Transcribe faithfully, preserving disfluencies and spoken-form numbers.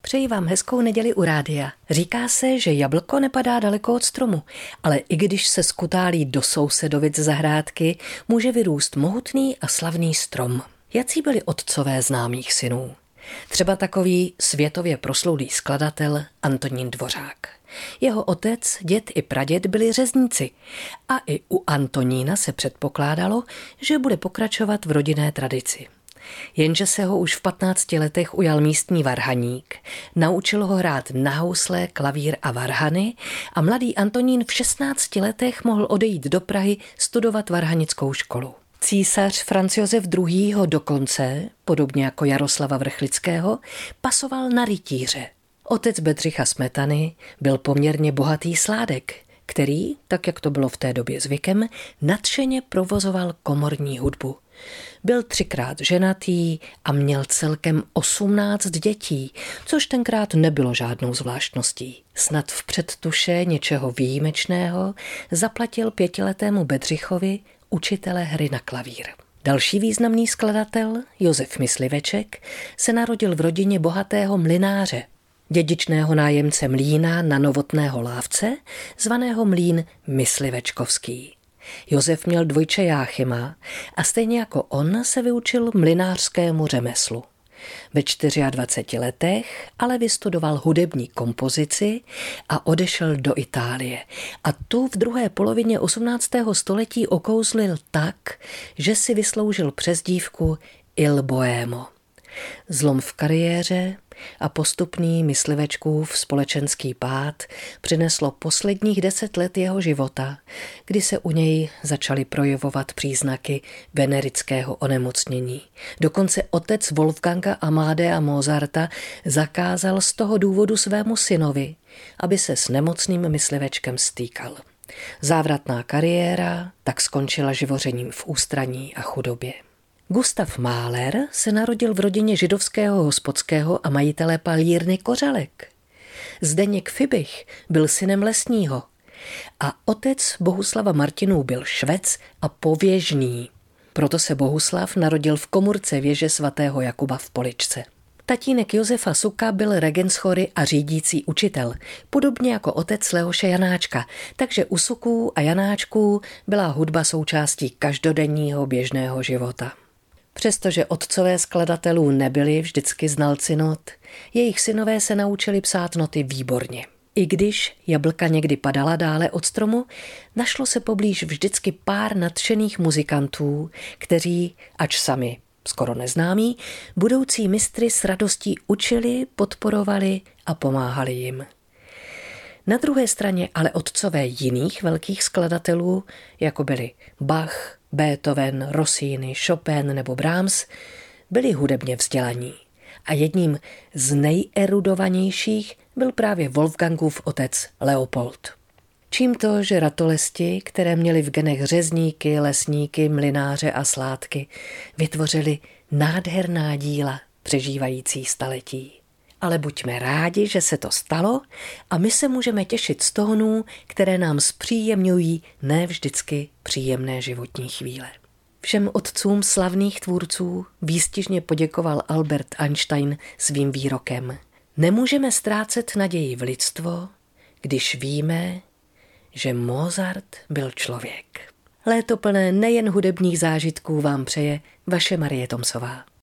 Přeji vám hezkou neděli u rádia. Říká se, že jablko nepadá daleko od stromu, ale i když se skutálí do sousedovic zahrádky, může vyrůst mohutný a slavný strom. Jací byli otcové známých synů? Třeba takový světově proslulý skladatel Antonín Dvořák. Jeho otec, děd i praděd byli řezníci a i u Antonína se předpokládalo, že bude pokračovat v rodinné tradici. Jenže se ho už v patnácti letech ujal místní varhaník, naučil ho hrát na housle, klavír a varhany a mladý Antonín v šestnácti letech mohl odejít do Prahy studovat varhanickou školu. Císař Franz Josef druhý. ho dokonce, podobně jako Jaroslava Vrchlického, pasoval na rytíře. Otec Bedřicha Smetany byl poměrně bohatý sládek, který, tak jak to bylo v té době zvykem, nadšeně provozoval komorní hudbu. Byl třikrát ženatý a měl celkem osmnáct dětí, což tenkrát nebylo žádnou zvláštností. Snad v předtuše něčeho výjimečného zaplatil pětiletému Bedřichovi učitele hry na klavír. Další významný skladatel, Josef Mysliveček, se narodil v rodině bohatého mlynáře, dědičného nájemce mlýna na Novotného Lávce, zvaného mlýn Myslivečkovský. Josef měl dvojče Jáchyma a stejně jako on se vyučil mlynářskému řemeslu. Ve dvaceti čtyřech letech ale vystudoval hudební kompozici a odešel do Itálie. A tu v druhé polovině osmnáctého století okouzlil tak, že si vysloužil přezdívku Il Boemo. Zlom v kariéře a postupný Myslivečkův společenský pád přineslo posledních deset let jeho života, kdy se u něj začaly projevovat příznaky venerického onemocnění. Dokonce otec Wolfganga Amadea Mozarta zakázal z toho důvodu svému synovi, aby se s nemocným Myslivečkem stýkal. Závratná kariéra tak skončila živořením v ústraní a chudobě. Gustav Mahler se narodil v rodině židovského hospodského a majitele palírny Kořalek. Zdeněk Fibich byl synem lesního a otec Bohuslava Martinů byl švec a pověžný. Proto se Bohuslav narodil v komůrce věže svatého Jakuba v Poličce. Tatínek Josefa Suka byl regent chory a řídící učitel, podobně jako otec Leoše Janáčka, takže u Suků a Janáčků byla hudba součástí každodenního běžného života. Přestože otcové skladatelů nebyli vždycky znalci not, jejich synové se naučili psát noty výborně. I když jablka někdy padala dále od stromu, našlo se poblíž vždycky pár nadšených muzikantů, kteří, ač sami skoro neznámí, budoucí mistry s radostí učili, podporovali a pomáhali jim. Na druhé straně ale otcové jiných velkých skladatelů, jako byli Bach, Beethoven, Rossini, Chopin nebo Brahms, byli hudebně vzdělaní a jedním z nejerudovanějších byl právě Wolfgangův otec Leopold. Čím to, že ratolesti, které měli v genech řezníky, lesníky, mlynáře a sládky, vytvořili nádherná díla přežívající staletí. Ale buďme rádi, že se to stalo a my se můžeme těšit z tónů, které nám zpříjemňují ne vždycky příjemné životní chvíle. Všem otcům slavných tvůrců výstižně poděkoval Albert Einstein svým výrokem. Nemůžeme ztrácet naději v lidstvo, když víme, že Mozart byl člověk. Léto plné nejen hudebních zážitků vám přeje vaše Marie Tomsová.